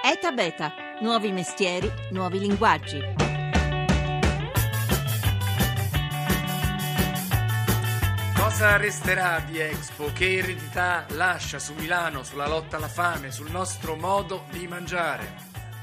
ETA Beta, nuovi mestieri, nuovi linguaggi. Cosa resterà di Expo? Che eredità lascia su Milano, sulla lotta alla fame, sul nostro modo di mangiare?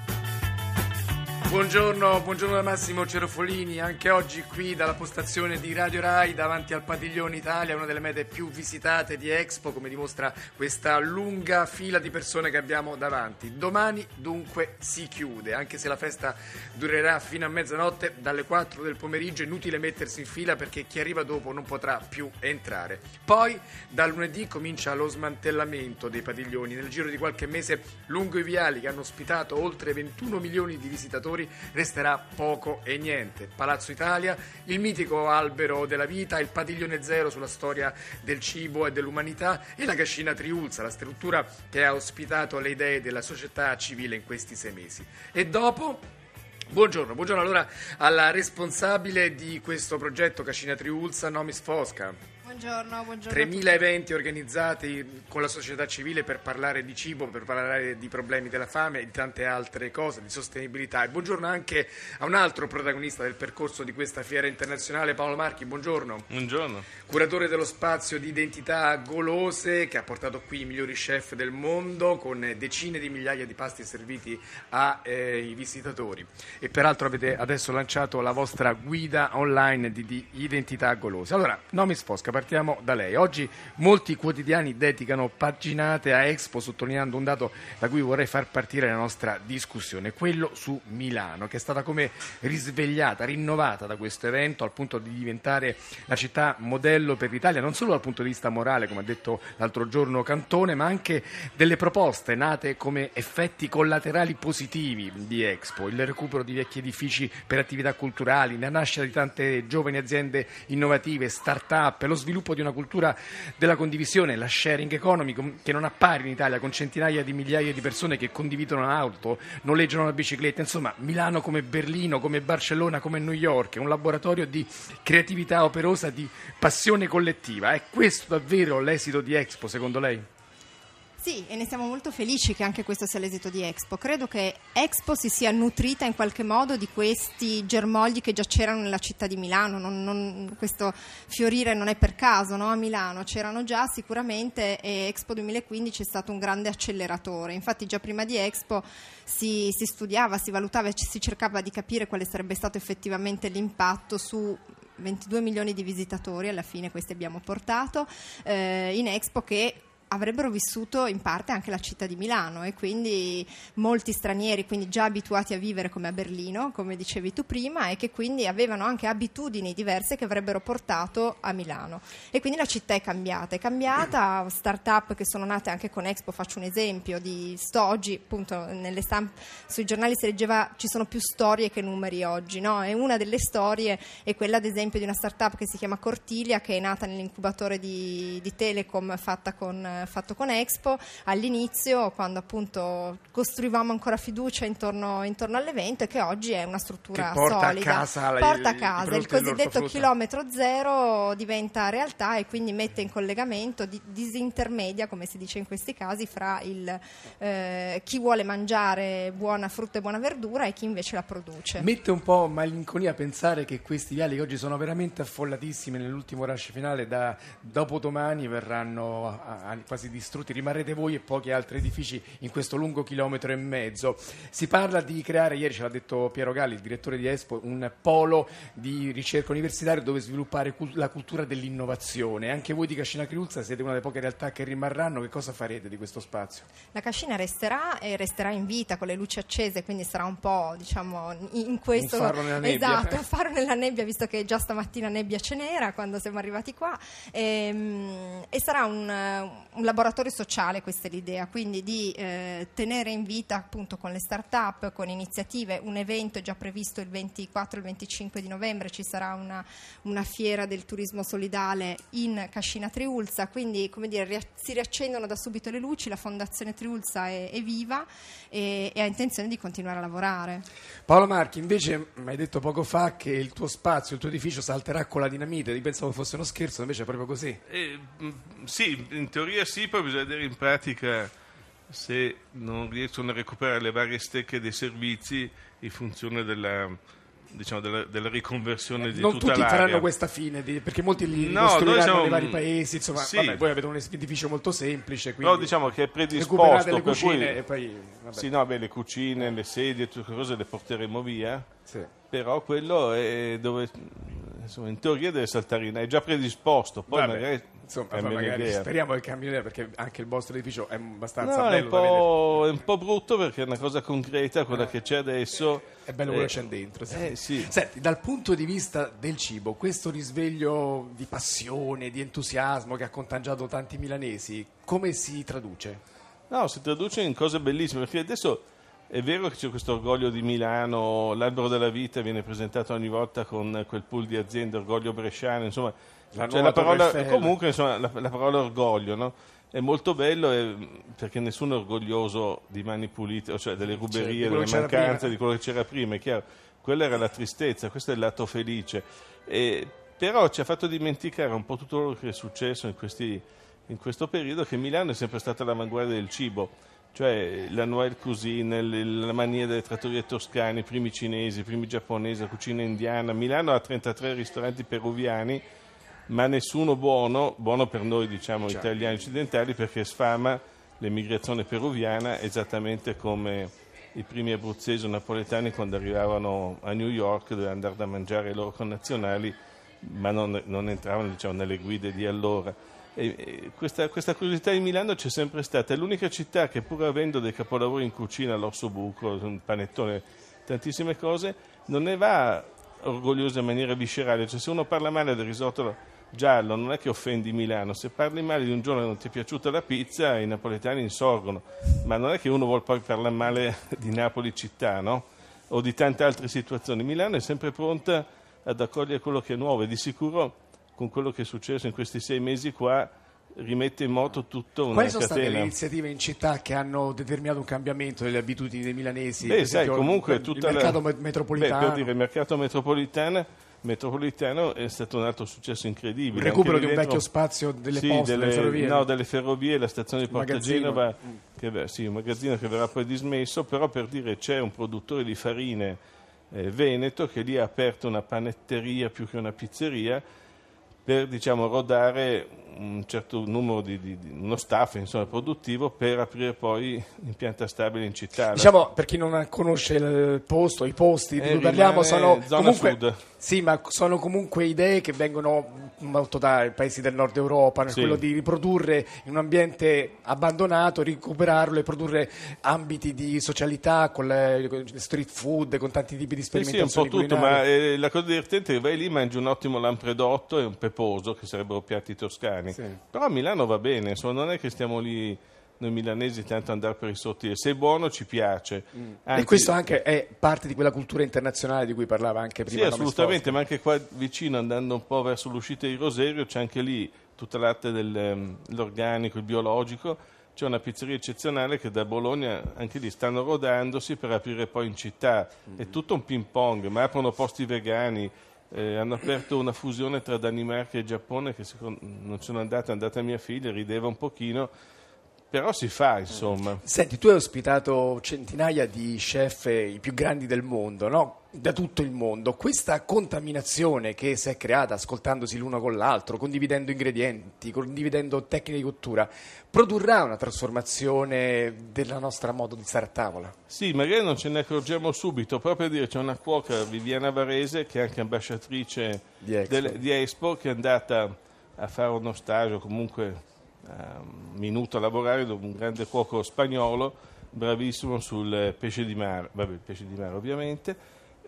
Buongiorno da Massimo Cerofolini, anche oggi qui dalla postazione di Radio Rai davanti al Padiglione Italia, una delle mete più visitate di Expo, come dimostra questa lunga fila di persone che abbiamo davanti. Domani dunque si chiude, anche se la festa durerà fino a mezzanotte, dalle 4 del pomeriggio. Inutile mettersi in fila perché chi arriva dopo non potrà più entrare. Poi da lunedì comincia lo smantellamento dei padiglioni. Nel giro di qualche mese lungo i viali che hanno ospitato oltre 21 milioni di visitatori resterà poco e niente. Palazzo Italia, il mitico albero della vita, il padiglione zero sulla storia del cibo e dell'umanità e la cascina Triulza, la struttura che ha ospitato le idee della società civile in questi 6 mesi. E dopo... Buongiorno allora alla responsabile di questo progetto Cascina Triulza, Nomis Fosca. Buongiorno. 3.000 eventi organizzati con la società civile per parlare di cibo, per parlare di problemi della fame e di tante altre cose, di sostenibilità. E buongiorno anche a un altro protagonista del percorso di questa fiera internazionale, Paolo Marchi. Buongiorno. Buongiorno. Curatore dello spazio di identità golose che ha portato qui i migliori chef del mondo con decine di migliaia di pasti serviti ai visitatori. E peraltro avete adesso lanciato la vostra guida online di identità golose. Allora, Nomis Fosca, partiamo da lei. Oggi molti quotidiani dedicano paginate a Expo, sottolineando un dato da cui vorrei far partire la nostra discussione, quello su Milano, che è stata come risvegliata, rinnovata da questo evento al punto di diventare la città modello per l'Italia, non solo dal punto di vista morale, come ha detto l'altro giorno Cantone, ma anche delle proposte nate come effetti collaterali positivi di Expo, il recupero di vecchi edifici per attività culturali, la nascita di tante giovani aziende innovative, start-up, lo sviluppo di una cultura della condivisione, la sharing economy che non appare in Italia, con centinaia di migliaia di persone che condividono auto, noleggiano la bicicletta. Insomma, Milano come Berlino, come Barcellona, come New York, è un laboratorio di creatività operosa, di passione collettiva. È questo davvero l'esito di Expo, secondo lei? Sì, e ne siamo molto felici che anche questo sia l'esito di Expo. Credo che Expo si sia nutrita in qualche modo di questi germogli che già c'erano nella città di Milano. Questo fiorire non è per caso, no? A Milano c'erano già sicuramente, e Expo 2015 è stato un grande acceleratore. Infatti già prima di Expo si studiava, si valutava e si cercava di capire quale sarebbe stato effettivamente l'impatto su 22 milioni di visitatori. Alla fine questi abbiamo portato in Expo, che avrebbero vissuto in parte anche la città di Milano, e quindi molti stranieri, quindi già abituati a vivere come a Berlino, come dicevi tu prima, e che quindi avevano anche abitudini diverse che avrebbero portato a Milano. E quindi la città è cambiata, start-up che sono nate anche con Expo. Faccio un esempio di oggi, appunto nelle sui giornali si leggeva ci sono più storie che numeri oggi, no? E una delle storie è quella ad esempio di una start-up che si chiama Cortilia, che è nata nell'incubatore di Telecom fatto con Expo all'inizio, quando appunto costruivamo ancora fiducia intorno all'evento, e che oggi è una struttura solida, porta a casa il cosiddetto chilometro zero diventa realtà, e quindi mette in collegamento, disintermedia, come si dice in questi casi, fra chi vuole mangiare buona frutta e buona verdura e chi invece la produce. Mette un po' malinconia a pensare che questi viali che oggi sono veramente affollatissimi, nell'ultimo rush finale da dopodomani verranno quasi distrutti, rimarrete voi e pochi altri edifici in questo lungo 1,5 chilometri. Si parla di creare, ieri ce l'ha detto Piero Galli, il direttore di Expo, un polo di ricerca universitaria dove sviluppare la cultura dell'innovazione. Anche voi di Cascina Triulza siete una delle poche realtà che rimarranno. Che cosa farete di questo spazio? La Cascina resterà in vita con le luci accese, quindi sarà un po', diciamo, in questo, un faro nella nebbia. Esatto, un faro nella nebbia, visto che già stamattina nebbia ce n'era quando siamo arrivati qua, e sarà un laboratorio sociale, questa è l'idea, quindi di tenere in vita appunto con le start-up, con iniziative. Un evento è già previsto il 24 e il 25 di novembre, ci sarà una fiera del turismo solidale in Cascina Triulza, quindi come dire si riaccendono da subito le luci. La Fondazione Triulza è viva e ha intenzione di continuare a lavorare. Paolo Marchi, invece mi hai detto poco fa che il tuo spazio, il tuo edificio salterà con la dinamite. Io pensavo fosse uno scherzo, invece è proprio così. Sì, in teoria sì, poi bisogna vedere in pratica se non riescono a recuperare le varie stecche dei servizi in funzione della riconversione di non tutta tutti l'area. faranno questa fine, perché molti li No, costruiranno nei vari paesi, insomma, sì. vabbè, voi avete un edificio molto semplice, quindi Però diciamo che è predisposto, recuperate le per cucine cui e poi vabbè. sì, no, le cucine, le sedie, tutte quelle cose le porteremo via, Sì. però quello è dove, insomma, in teoria deve saltare è già predisposto, poi Vabbè, magari insomma, cambia magari idea. speriamo che cambi idea, perché anche il vostro edificio è abbastanza No, è bello da vedere. è un po' brutto perché è una cosa concreta, quella che c'è adesso. È bello quello che c'è dentro. Sì. Sì. Senti, dal punto di vista del cibo, questo risveglio di passione, di entusiasmo che ha contagiato tanti milanesi, come si traduce? No, si traduce in cose bellissime, perché adesso è vero che c'è questo orgoglio di Milano, l'albero della vita viene presentato ogni volta con quel pool di aziende, orgoglio bresciano, insomma, La c'è nuova la parola, Torre Eiffel. comunque insomma, la parola orgoglio, no? È molto bello perché nessuno è orgoglioso di mani pulite, cioè delle ruberie, di quello delle che c'era mancanze, prima. di quello che c'era prima, è chiaro. Quella era la tristezza, questo è il lato felice. Però ci ha fatto dimenticare un po' tutto quello che è successo in questo periodo, che Milano è sempre stata all'avanguardia del cibo, cioè la nouvelle cuisine, la mania delle trattorie toscane, i primi cinesi, i primi giapponesi, la cucina indiana. Milano ha 33 ristoranti peruviani, ma nessuno buono per noi, diciamo, italiani occidentali, perché sfama l'emigrazione peruviana esattamente come i primi abruzzesi o napoletani quando arrivavano a New York dovevano andare da mangiare i loro connazionali, ma non entravano, diciamo, nelle guide di allora. Questa curiosità di Milano c'è sempre stata, è l'unica città che, pur avendo dei capolavori in cucina, l'osso buco, un panettone, tantissime cose, non ne va orgogliosa in maniera viscerale. Cioè, se uno parla male del risotto giallo non è che offendi Milano, se parli male di un giorno che non ti è piaciuta la pizza, i napoletani insorgono, ma non è che uno vuole poi parlare male di Napoli città, no? O di tante altre situazioni. Milano è sempre pronta ad accogliere quello che è nuovo, e di sicuro con quello che è successo in questi 6 mesi qua rimette in moto tutto una Quali sono state catena. le iniziative in città che hanno determinato un cambiamento delle abitudini dei milanesi? Per Beh, sai, esempio, comunque il mercato metropolitano. Beh, per dire, il mercato metropolitano è stato un altro successo incredibile. Il recupero Anche di lì un dentro- vecchio spazio delle sì, poste, delle ferrovie. No, delle ferrovie, la stazione di Porta Magazzino. Genova, un magazzino che verrà poi dismesso, però per dire c'è un produttore di farine veneto che lì ha aperto una panetteria più che una pizzeria per, diciamo, rodare un certo numero di uno staff, insomma, produttivo, per aprire poi in pianta stabile in città. Diciamo, per chi non conosce il posto, i posti di cui parliamo sono zona comunque, sud. sì, ma sono comunque idee che vengono molto dai paesi del nord Europa, Sì. quello di riprodurre in un ambiente abbandonato, recuperarlo e produrre ambiti di socialità con le street food, con tanti tipi di Sì, un sperimentazioni po' tutto, ma culinarie. la cosa divertente è che vai lì, mangi un ottimo lampredotto e un peposo, che sarebbero piatti toscani. Sì. Però a Milano va bene, insomma, non è che stiamo lì noi milanesi tanto andare per i sottili. Se è buono ci piace. Anzi, E questo anche è parte di quella cultura internazionale di cui parlava anche prima. sì, Nome assolutamente, Sforza. ma anche qua vicino, andando un po' verso l'uscita di Roserio, c'è anche lì tutta l'arte dell'organico, il biologico. C'è una pizzeria eccezionale che da Bologna, anche lì stanno rodandosi per aprire poi in città. È tutto un ping pong, ma aprono posti vegani. Hanno aperto una fusione tra Danimarca e Giappone che non sono andata, è andata mia figlia, rideva un pochino, però si fa, insomma. Senti, tu hai ospitato centinaia di chef, i più grandi del mondo, no? Da tutto il mondo. Questa contaminazione che si è creata ascoltandosi l'uno con l'altro, condividendo ingredienti, condividendo tecniche di cottura, produrrà una trasformazione del nostro modo di stare a tavola? Sì, magari non ce ne accorgiamo subito, però per dire, c'è una cuoca, Viviana Varese, che è anche ambasciatrice Di Expo. di Expo, che è andata a fare uno stage, o comunque un minuto a lavorare, da un grande cuoco spagnolo, bravissimo sul pesce di mare, vabbè, il pesce di mare ovviamente,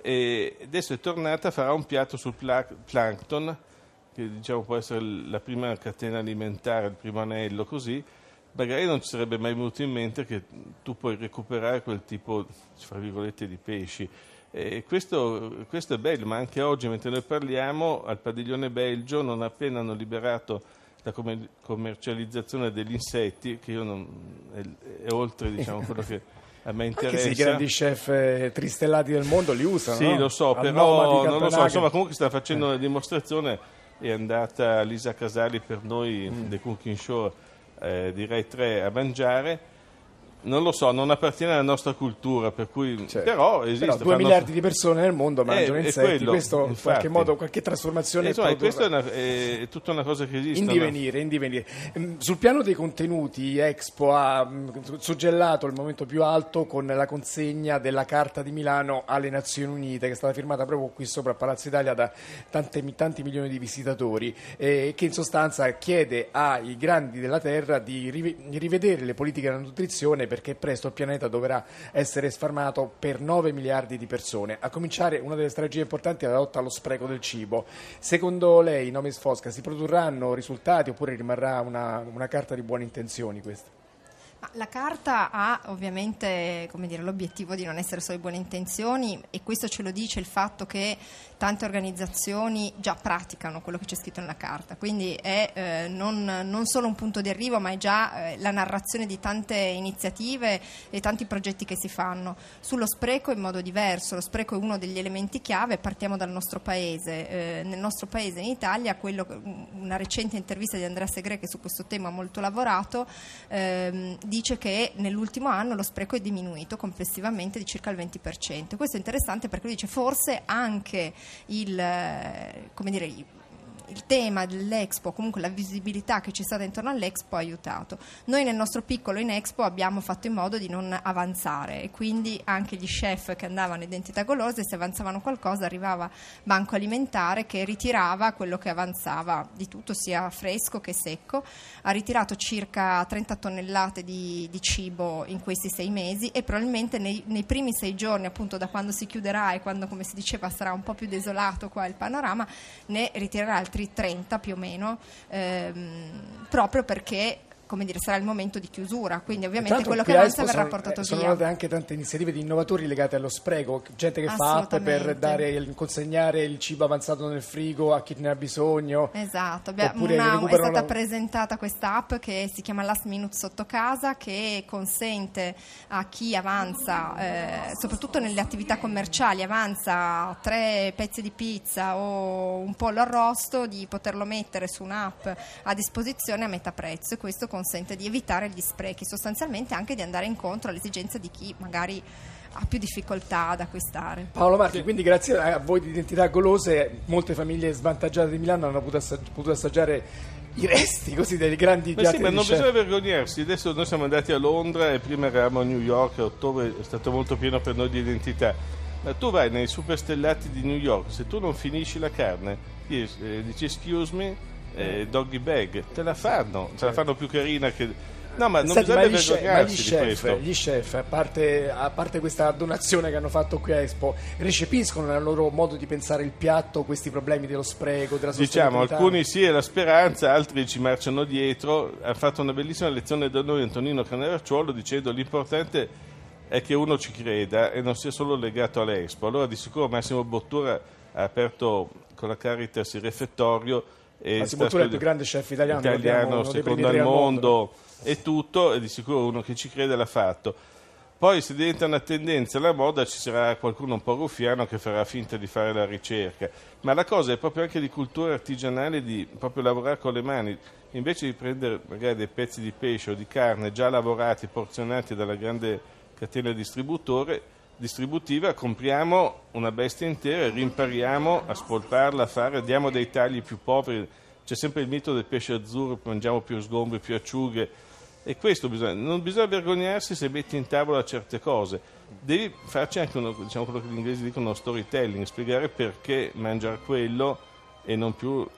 e adesso è tornata, farà un piatto sul plankton, che diciamo può essere la prima catena alimentare, il primo anello, così. Magari non ci sarebbe mai venuto in mente che tu puoi recuperare quel tipo, fra virgolette, di pesci. E questo è bello, ma anche oggi, mentre noi parliamo, al padiglione Belgio, non appena hanno liberato la commercializzazione degli insetti, che è oltre, diciamo, quello che a me interessa. Anche se i grandi chef tristellati del mondo li usano, Sì, no? lo so, Al però Noma di non lo so, Campanaga. insomma, comunque sta facendo una dimostrazione, è andata Lisa Casali per noi, The Cooking Show, di Rai 3 a mangiare. non lo so, non appartiene alla nostra cultura, per cui però esiste. Però 2 miliardi di persone nel mondo mangiano insetti, questo in qualche modo, qualche trasformazione questa è tutta una cosa che esiste. In divenire. Sul piano dei contenuti, Expo ha suggellato il momento più alto con la consegna della Carta di Milano alle Nazioni Unite, che è stata firmata proprio qui sopra a Palazzo Italia da tanti milioni di visitatori, che in sostanza chiede ai grandi della terra di rivedere le politiche della nutrizione, perché presto il pianeta dovrà essere sfarmato per 9 miliardi di persone, a cominciare una delle strategie importanti è la lotta allo spreco del cibo. Secondo lei, Nomis Fosca, si produrranno risultati oppure rimarrà una carta di buone intenzioni questa? La carta ha ovviamente, l'obiettivo di non essere solo buone intenzioni, e questo ce lo dice il fatto che tante organizzazioni già praticano quello che c'è scritto nella carta, quindi è non solo un punto di arrivo, ma è già la narrazione di tante iniziative e tanti progetti che si fanno. Sullo spreco in modo diverso, lo spreco è uno degli elementi chiave. Partiamo dal nostro paese. Nel nostro paese, in Italia, una recente intervista di Andrea Segre, che su questo tema ha molto lavorato, dice che nell'ultimo anno lo spreco è diminuito complessivamente di circa il 20%. Questo è interessante perché lui dice forse anche il tema dell'Expo, comunque la visibilità che c'è stata intorno all'Expo ha aiutato. Noi nel nostro piccolo in Expo abbiamo fatto in modo di non avanzare, e quindi anche gli chef che andavano in Identità Golose, se avanzavano qualcosa arrivava Banco Alimentare che ritirava quello che avanzava, di tutto sia fresco che secco. Ha ritirato circa 30 tonnellate di cibo in questi 6 mesi, e probabilmente nei primi 6 giorni, appunto da quando si chiuderà e quando, come si diceva, sarà un po' più desolato qua il panorama, ne ritirerà altri 30 più o meno, proprio perché sarà il momento di chiusura, quindi ovviamente quello che avanza verrà portato via. Sono nate anche tante iniziative di innovatori legate allo spreco, gente che fa app per consegnare il cibo avanzato nel frigo a chi ne ha bisogno. Esatto, è stata presentata questa app che si chiama Last Minute Sotto Casa, che consente a chi avanza, soprattutto nelle attività commerciali, avanza 3 pezzi di pizza o un pollo arrosto, di poterlo mettere su un'app a disposizione a metà prezzo, e questo consente di evitare gli sprechi, sostanzialmente anche di andare incontro alle esigenze di chi magari ha più difficoltà ad acquistare. Paolo Marchi, quindi grazie a voi di Identità Golose molte famiglie svantaggiate di Milano hanno potuto assaggiare i resti così dei grandi piatti. Ma non bisogna vergognarsi. Adesso noi siamo andati a Londra e prima eravamo a New York, a ottobre è stato molto pieno per noi di Identità. Ma tu vai nei superstellati di New York, se tu non finisci la carne dici excuse me, doggy bag, te la fanno più carina che... No, ma non bisogna vergognarsi di questo. Gli chef, a parte questa donazione che hanno fatto qui a Expo, recepiscono nel loro modo di pensare il piatto questi problemi dello spreco, della sostenibilità? Alcuni sì, è la speranza, altri ci marciano dietro. Ha fatto una bellissima lezione da noi Antonino Caneverciuolo, dicendo l'importante è che uno ci creda e non sia solo legato all'Expo. Allora di sicuro Massimo Bottura ha aperto con la Caritas il refettorio, Massimo Bottura è il più grande chef italiano secondo al mondo e tutto, e di sicuro uno che ci crede l'ha fatto. Poi se diventa una tendenza alla moda ci sarà qualcuno un po' ruffiano che farà finta di fare la ricerca, ma la cosa è proprio anche di cultura artigianale, di proprio lavorare con le mani, invece di prendere magari dei pezzi di pesce o di carne già lavorati, porzionati dalla grande catena distributiva, compriamo una bestia intera e rimpariamo a spolparla, a fare, diamo dei tagli più poveri. C'è sempre il mito del pesce azzurro, mangiamo più sgombri, più acciughe, e questo non bisogna vergognarsi se metti in tavola certe cose. Devi farci anche quello che gli inglesi dicono storytelling, spiegare perché mangiare quello e non più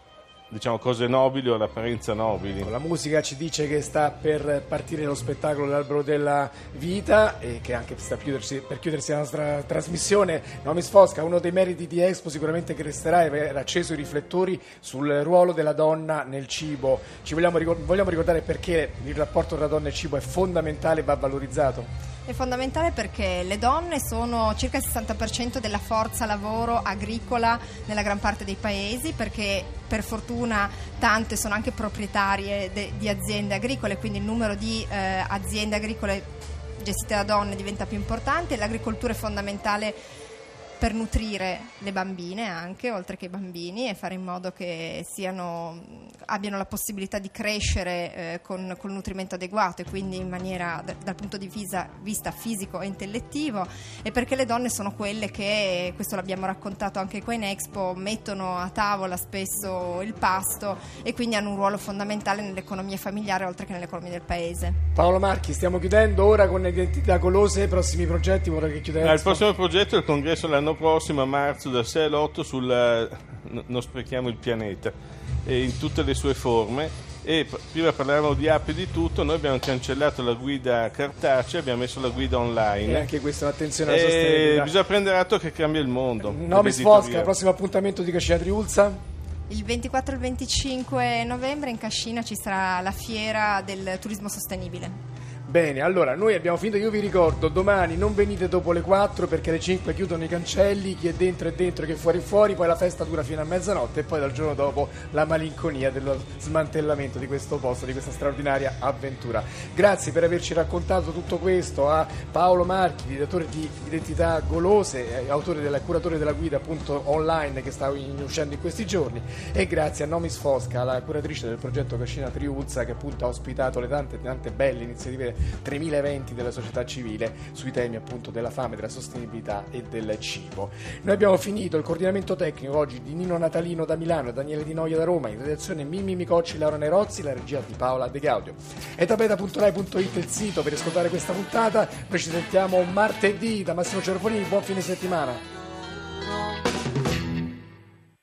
cose nobili o all'apparenza nobili. La musica ci dice che sta per partire lo spettacolo L'Albero della Vita, e che anche sta per chiudersi la nostra trasmissione. Nomis Fosca, uno dei meriti di Expo sicuramente che resterà è aver acceso i riflettori sul ruolo della donna nel cibo. Vogliamo ricordare perché il rapporto tra donna e cibo è fondamentale e va valorizzato? È fondamentale perché le donne sono circa il 60% della forza lavoro agricola nella gran parte dei paesi, perché per fortuna tante sono anche proprietarie di aziende agricole, quindi il numero di aziende agricole gestite da donne diventa più importante. L'agricoltura è fondamentale per nutrire le bambine anche, oltre che i bambini, e fare in modo che abbiano la possibilità di crescere con nutrimento adeguato, e quindi in maniera dal punto di vista fisico e intellettivo, e perché le donne sono quelle che, questo l'abbiamo raccontato anche qua in Expo, mettono a tavola spesso il pasto e quindi hanno un ruolo fondamentale nell'economia familiare oltre che nell'economia del paese. Paolo Marchi, stiamo chiudendo ora con Identità Golose, prossimi progetti, ora che chiudiamo. Il prossimo progetto è il congresso l'anno prossimo a marzo dal 6 all'8 sul non sprechiamo il pianeta in tutte le sue forme. E prima parlavamo di app e di tutto, noi abbiamo cancellato la guida cartacea, abbiamo messo la guida online. E anche questa è un'attenzione alla sostenibilità. Bisogna prendere atto che cambia il mondo. Nomis Fosca, prossimo appuntamento di Cascina Triulza? Il 24 e il 25 novembre in Cascina ci sarà la fiera del turismo sostenibile. Bene, allora noi abbiamo finito, io vi ricordo, domani non venite dopo le 4 perché alle 5 chiudono i cancelli, chi è dentro, chi è fuori, poi la festa dura fino a mezzanotte e poi dal giorno dopo la malinconia dello smantellamento di questo posto, di questa straordinaria avventura. Grazie per averci raccontato tutto questo a Paolo Marchi, direttore di Identità Golose, curatore della guida appunto online che sta uscendo in questi giorni, e grazie a Nomis Fosca, la curatrice del progetto Cascina Triulza, che appunto ha ospitato le tante belle iniziative, 3.000 eventi della società civile sui temi appunto della fame, della sostenibilità e del cibo. Noi abbiamo finito il coordinamento tecnico oggi di Nino Natalino da Milano e Daniele Di Noia da Roma, in redazione Mimmi Micocci, Laura Nerozzi, la regia di Paola De Gaudio. E tapeta.rai.it il sito per ascoltare questa puntata. Noi ci sentiamo martedì da Massimo Cervolini, buon fine settimana.